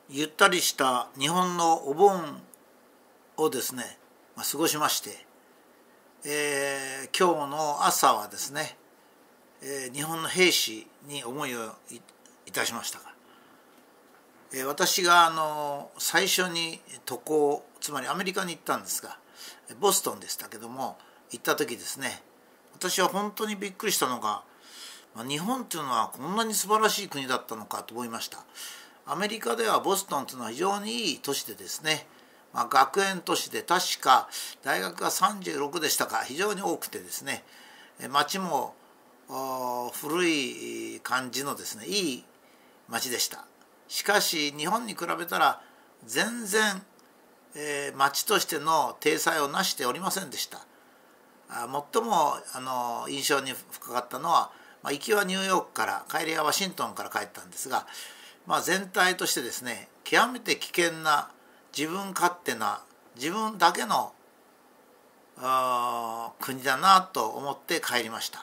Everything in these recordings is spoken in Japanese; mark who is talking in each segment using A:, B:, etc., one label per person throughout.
A: ゆったりした日本のお盆をですね、過ごしまして、今日の朝はですね、日本の兵士に思いをいたしましたが、私が最初に渡航、つまりアメリカに行ったんですが、ボストンでしたけども、行った時ですね、私は本当にびっくりしたのが、日本というのはこんなに素晴らしい国だったのかと思いました。アメリカではボストンというのは非常にいい都市でですね、学園都市で確か大学が36でしたか、非常に多くてですね、街も古い感じのですね、いい街でした。しかし日本に比べたら全然、街としての体裁を成しておりませんでした。最も印象に深かったのは、行きはニューヨークから帰りはワシントンから帰ったんですが、全体としてですね、極めて危険な自分勝手な自分だけの国だなと思って帰りました。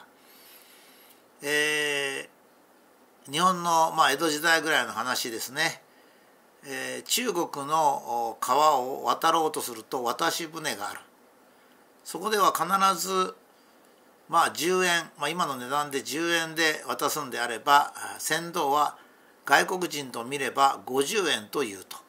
A: 日本の、江戸時代ぐらいの話ですね。中国の川を渡ろうとすると渡し船がある。そこでは必ず10円、今の値段で10円で渡すんであれば、船頭は外国人と見れば50円というと、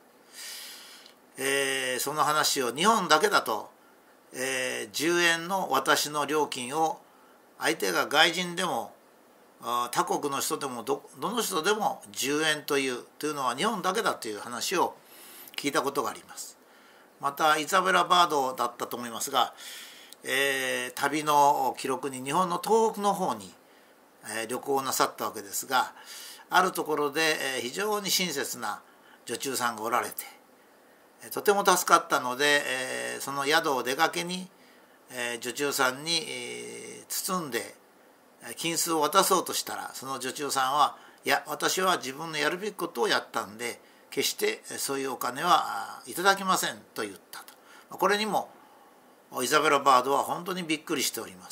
A: その話を日本だけだと、10円の私の料金を相手が外人でも他国の人でもどの人でも10円というのは日本だけだという話を聞いたことがあります。またイザベラ・バードだったと思いますが、旅の記録に日本の東北の方に、旅行なさったわけですが、あるところで、非常に親切な女中さんがおられて、とても助かったので、その宿を出かけに、女中さんに、包んで金子を渡そうとしたら、その女中さんは、いや私は自分のやるべきことをやったんで決してそういうお金はいただきませんと言ったと。これにもイザベラ・バードは本当にびっくりしております。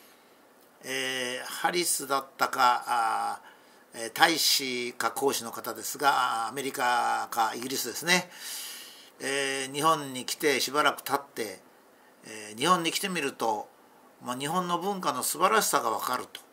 A: ハリスだったか大使か公使の方ですが、アメリカかイギリスですね、日本に来てしばらく経って、日本に来てみると、日本の文化の素晴らしさが分かると。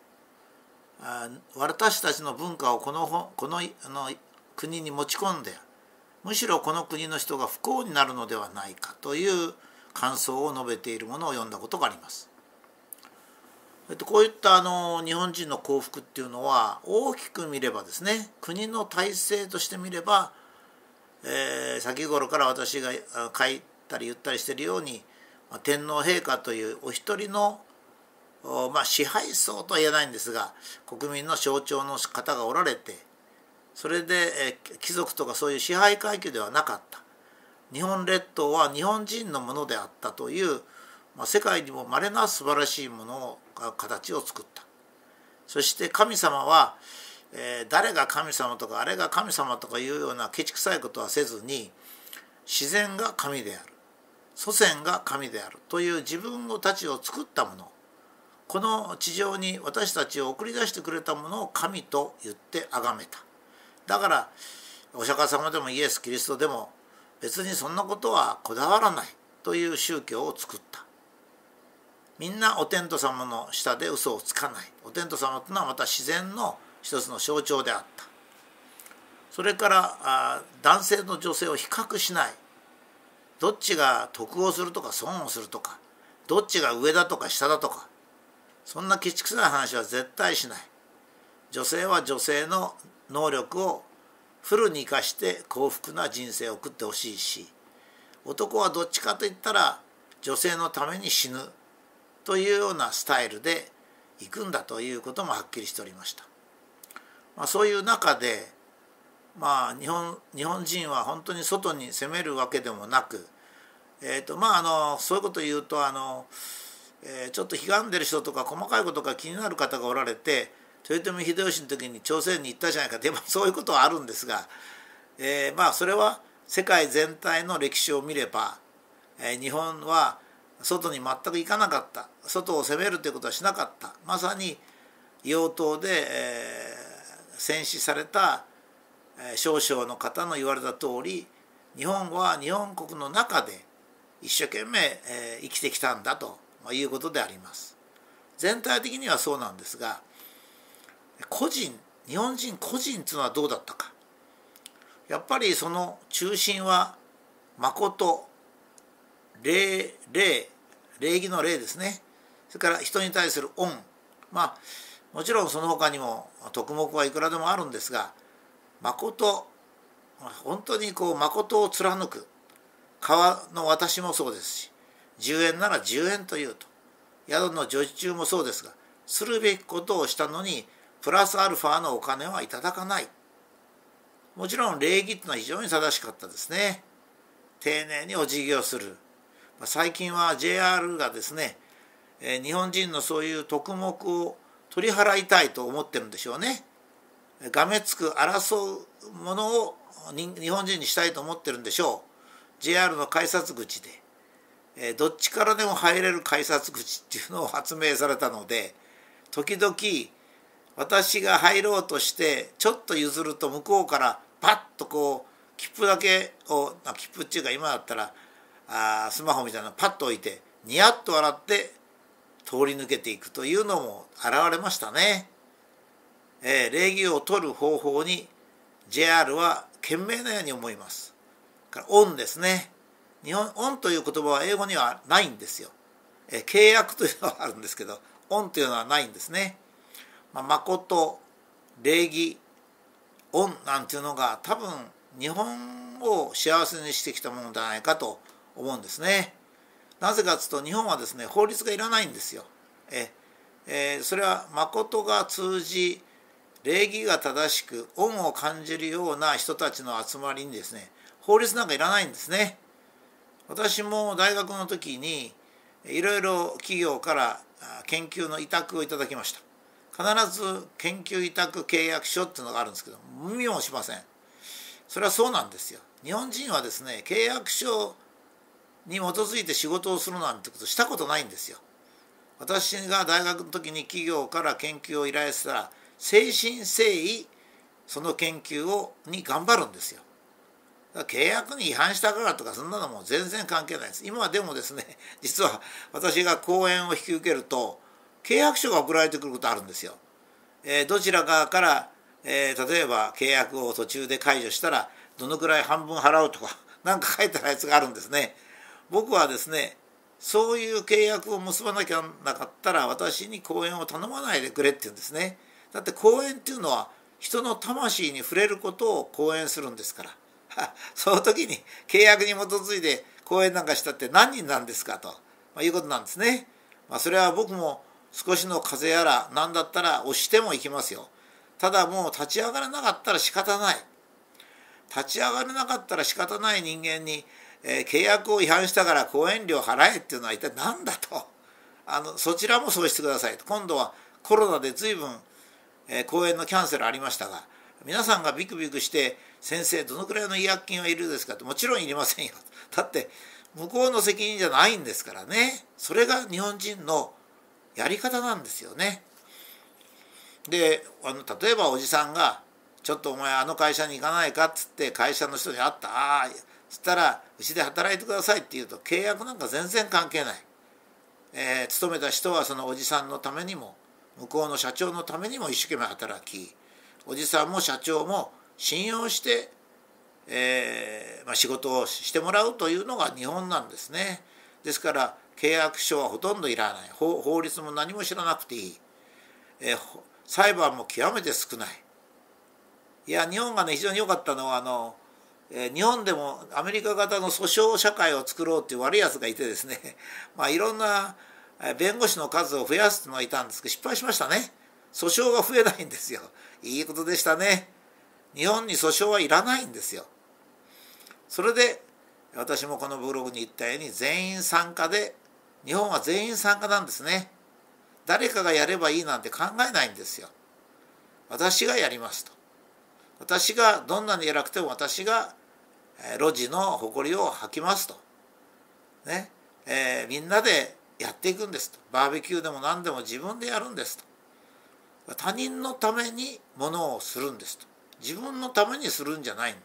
A: 私たちの文化をこの国に持ち込んで、むしろこの国の人が不幸になるのではないかという感想を述べているものを読んだことがあります。こういった日本人の幸福っていうのは、大きく見ればですね、国の体制として見れば、先頃から私が書いたり言ったりしているように、天皇陛下というお一人の、支配層とは言えないんですが、国民の象徴の方がおられて、それで貴族とかそういう支配階級ではなかった。日本列島は日本人のものであったという、世界にも稀な素晴らしいものを形を作った。そして神様は、誰が神様とかあれが神様とかいうようなケチくさいことはせずに、自然が神である、祖先が神であるという自分たちを作ったもの、この地上に私たちを送り出してくれたものを神と言って崇めた。だからお釈迦様でもイエス・キリストでも別にそんなことはこだわらないという宗教を作った。みんなお天道様の下で嘘をつかない。お天道様というのはまた自然の一つの象徴であった。それから男性と女性を比較しない。どっちが得をするとか損をするとか、どっちが上だとか下だとか、そんなケチくさい話は絶対しない。女性は女性の能力をフルに生かして幸福な人生を送ってほしいし、男はどっちかといったら女性のために死ぬというようなスタイルで行くんだということもはっきりしておりました。そういう中で、日本人は本当に外に攻めるわけでもなく、そういうことを言うとちょっと悲んでる人とか細かいことが気になる方がおられて、豊臣秀吉の時に朝鮮に行ったじゃないかって、そういうことはあるんですが、それは世界全体の歴史を見れば、日本は外に全く行かなかった、外を攻めるということはしなかった、まさに硫黄島で、戦死された、 少々の方の言われた通り、日本は日本国の中で一生懸命生きてきたんだということであります。全体的にはそうなんですが、日本人個人というのはどうだったか。やっぱりその中心は誠、礼儀の礼ですね。それから人に対する恩。もちろんその他にも徳目はいくらでもあるんですが、誠、本当に誠を貫く。川の私もそうですし、10円なら10円というと、宿の女子中もそうですが、するべきことをしたのにプラスアルファのお金はいただかない。もちろん礼儀というのは非常に正しかったですね。丁寧にお辞儀をする。最近は JR がですね、日本人のそういう徳目を取り払いたいと思ってるんでしょうね。がめつく争うものを日本人にしたいと思ってるんでしょう。JR の改札口で、どっちからでも入れる改札口っていうのを発明されたので、時々私が入ろうとしてちょっと譲ると向こうからパッと切符だけを、切符っていうか今だったらスマホみたいなのパッと置いてニヤッと笑って通り抜けていくというのも現れましたね。礼儀を取る方法に JR は懸命なように思います。恩ですね。恩という言葉は英語にはないんですよ。契約というのはあるんですけど、恩というのはないんですね。誠、礼儀、恩なんていうのが多分日本を幸せにしてきたものではないかと思うんですね。なぜかというと日本はですね、法律がいらないんですよ。それは誠が通じ、礼儀が正しく恩を感じるような人たちの集まりにですね、法律なんかいらないんですね。私も大学の時にいろいろ企業から研究の委託をいただきました。必ず研究委託契約書っていうのがあるんですけど、見もしません。それはそうなんですよ。日本人はですね、契約書に基づいて仕事をするなんてことしたことないんですよ。私が大学の時に企業から研究を依頼したら、誠心誠意その研究に頑張るんですよ。だから契約に違反したからとかそんなのも全然関係ないです。今でもですね、実は私が講演を引き受けると契約書が送られてくることあるんですよ。どちらかから、例えば契約を途中で解除したらどのくらい半分払うとか何か書いてあるやつがあるんですね。僕はですね、そういう契約を結ばなきゃなかったら私に講演を頼まないでくれって言うんですね。だって講演っていうのは人の魂に触れることを講演するんですから。その時に契約に基づいて講演なんかしたって何人なんですかと、いうことなんですね。それは僕も少しの風邪やら何だったら押しても行きますよ。ただもう立ち上がらなかったら仕方ない。立ち上がらなかったら仕方ない人間に、契約を違反したから講演料払えっていうのは一体何だと。そちらもそうしてくださいと。今度はコロナで随分、講演のキャンセルありましたが、皆さんがビクビクして先生どのくらいの違約金はいるですかって、もちろんいりませんよ。だって向こうの責任じゃないんですからね。それが日本人のやり方なんですよね。で例えばおじさんがちょっとお前あの会社に行かないかっつって会社の人に会った。そしたらうちで働いてくださいって言うと契約なんか全然関係ない。勤めた人はそのおじさんのためにも向こうの社長のためにも一生懸命働き、おじさんも社長も信用して、仕事をしてもらうというのが日本なんですね。ですから契約書はほとんどいらない。法律も何も知らなくていい。裁判も極めて少ない。いや日本がね非常に良かったのは日本でもアメリカ型の訴訟社会を作ろうっていう悪いやつがいてですね、いろんな弁護士の数を増やすのがいたんですけど失敗しましたね。訴訟が増えないんですよ。いいことでしたね。日本に訴訟はいらないんですよ。それで私もこのブログに言ったように全員参加で、日本は全員参加なんですね。誰かがやればいいなんて考えないんですよ。私がやりますと。私がどんなに偉くても私が路地の埃を吐きますと。ね、みんなでやっていくんですと。バーベキューでも何でも自分でやるんですと。他人のためにものをするんですと。 自分のためにするんじゃないんだ。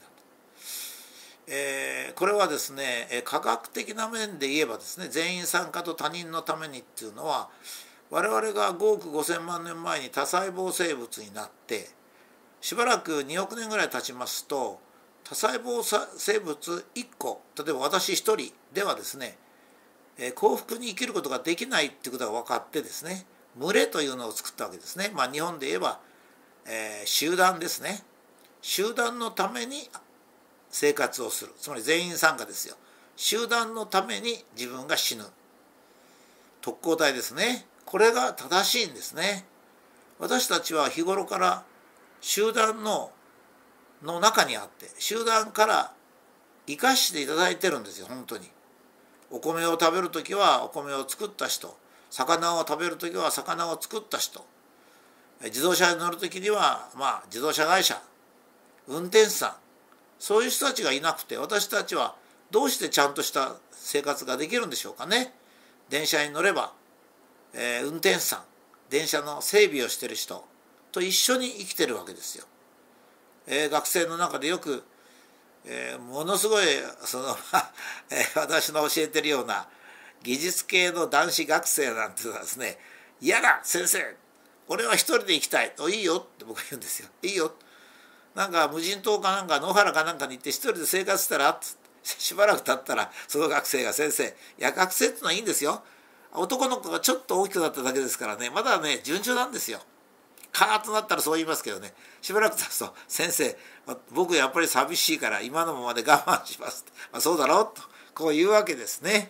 A: これはですね、科学的な面で言えばですね、全員参加と他人のためにっていうのは、我々が5億5,000万年前に多細胞生物になってしばらく2億年ぐらい経ちますと、多細胞生物1個、例えば私1人ではですね、幸福に生きることができないっていうことが分かってですね、群れというのを作ったわけですね。日本で言えば、集団ですね。集団のために生活をする、つまり全員参加ですよ。集団のために自分が死ぬ、特攻隊ですね。これが正しいんですね。私たちは日頃から集団の中にあって、集団から生かしていただいてるんですよ。本当にお米を食べるときはお米を作った人、魚を食べるときは魚を作った人、自動車に乗るときには自動車会社、運転手さん、そういう人たちがいなくて、私たちはどうしてちゃんとした生活ができるんでしょうかね。電車に乗れば、運転手さん、電車の整備をしている人と一緒に生きてるわけですよ。学生の中でよく、ものすごい私の教えてるような技術系の男子学生なんていうのはですね、嫌だ先生、俺は一人で行きたいと、いいよって僕は言うんですよ。いいよ、なんか無人島かなんか野原かなんかに行って一人で生活したらって、しばらく経ったらその学生が、先生、いや学生ってのはいいんですよ、男の子がちょっと大きくなっただけですからね、まだね順調なんですよ。カーッとなったらそう言いますけどね、しばらく経つと、先生僕やっぱり寂しいから今のままで我慢しますって、そうだろうとこう言うわけですね。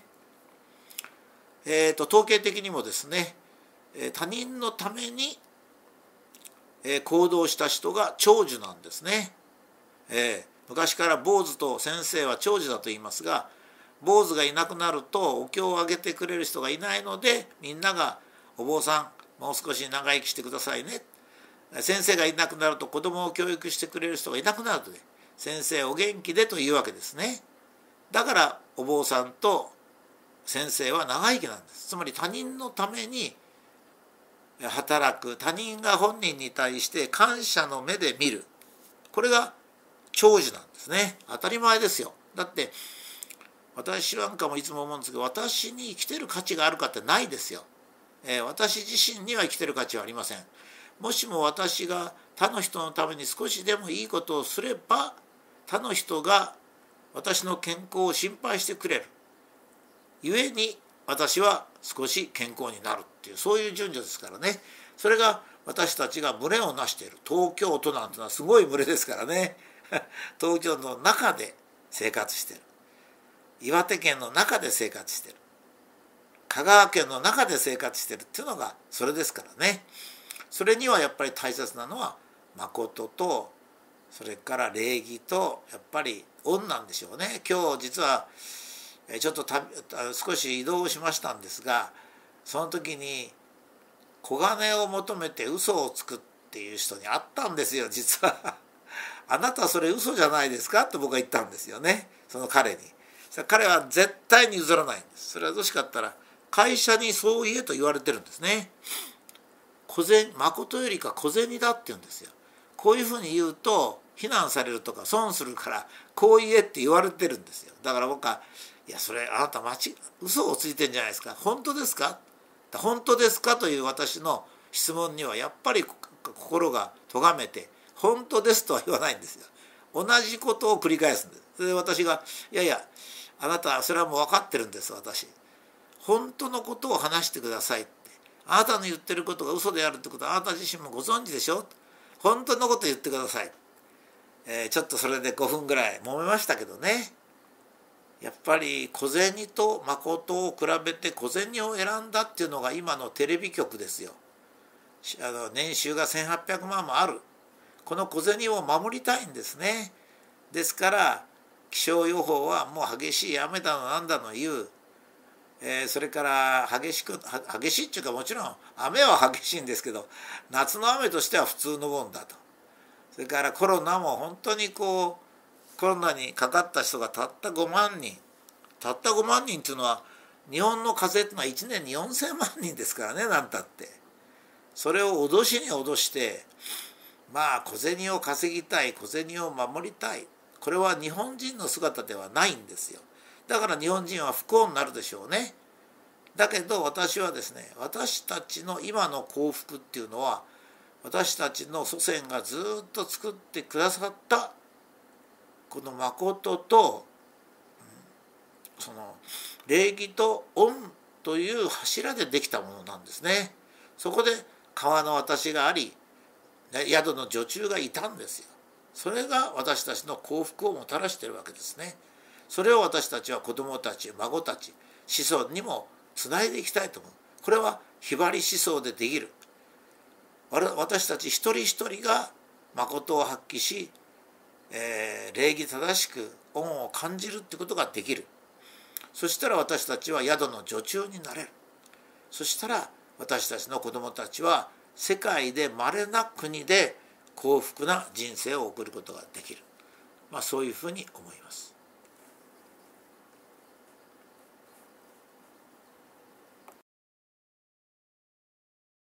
A: 統計的にもですね、他人のために行動した人が長寿なんですね。昔から坊主と先生は長寿だと言いますが、坊主がいなくなるとお経をあげてくれる人がいないので、みんながお坊さんもう少し長生きしてくださいね、先生がいなくなると子供を教育してくれる人がいなくなるので、先生お元気でというわけですね。だからお坊さんと先生は長生きなんです。つまり他人のために働く、他人が本人に対して感謝の目で見る、これが長寿なんですね。当たり前ですよ。だって私なんかもいつも思うんですけど、私に生きてる価値があるかってないですよ。私自身には生きてる価値はありません。もしも私が他の人のために少しでもいいことをすれば、他の人が私の健康を心配してくれるゆえに、私は少し健康になるっていう、そういう順序ですからね。それが私たちが群れをなしている。東京都なんてのはすごい群れですからね。東京都の中で生活している、岩手県の中で生活している、香川県の中で生活しているっていうのがそれですからね。それにはやっぱり大切なのは誠と、それから礼儀と、やっぱり恩なんでしょうね。今日実はちょっと少し移動しましたんですが、その時に小金を求めて嘘をつくっていう人に会ったんですよ、実は。あなたそれ嘘じゃないですかって僕は言ったんですよね、その彼に。彼は絶対に譲らないんです。それはどうしかったら、会社にそう言えと言われてるんですね。誠よりか小銭だって言うんですよ。こういうふうに言うと非難されるとか損するから、こう言えって言われてるんですよ。だから僕は、いやそれあなた嘘をついてんじゃないですか、本当ですか、本当ですかという私の質問にはやっぱり心が咎めて、本当ですとは言わないんですよ。同じことを繰り返すんです。それで私が、いやいやあなたそれはもう分かってるんです、私本当のことを話してくださいって、あなたの言ってることが嘘であるってことはあなた自身もご存知でしょ、本当のこと言ってください。ちょっとそれで5分ぐらい揉めましたけどね。やっぱり小銭と誠を比べて小銭を選んだっていうのが今のテレビ局ですよ。年収が1800万もある、この小銭を守りたいんですね。ですから気象予報はもう激しい雨だのなんだの言う、それから激しいっていうか、もちろん雨は激しいんですけど、夏の雨としては普通のもんだと。それからコロナも本当にコロナにかかった人がたった5万人、たった5万人っていうのは、日本の風邪っていうのは1年に4000万人ですからね、なんたって。それを脅しに脅して、 まあ小銭を稼ぎたい、小銭を守りたい、これは日本人の姿ではないんですよ。だから日本人は不幸になるでしょうね。だけど私はですね、私たちの今の幸福っていうのは、私たちの祖先がずっと作ってくださったこの誠とその礼儀と恩という柱でできたものなんですね。そこで川の私があり、宿の女中がいたんですよ。それが私たちの幸福をもたらしているわけですね。それを私たちは子どもたち、孫たち、子孫にもつないでいきたいと思う。これはひばり思想でできる。私たち一人一人が誠を発揮し、礼儀正しく恩を感じるってことができる。そしたら私たちは宿の女中になれる。そしたら私たちの子どもたちは世界で稀な国で幸福な人生を送ることができる。そういうふうに思います。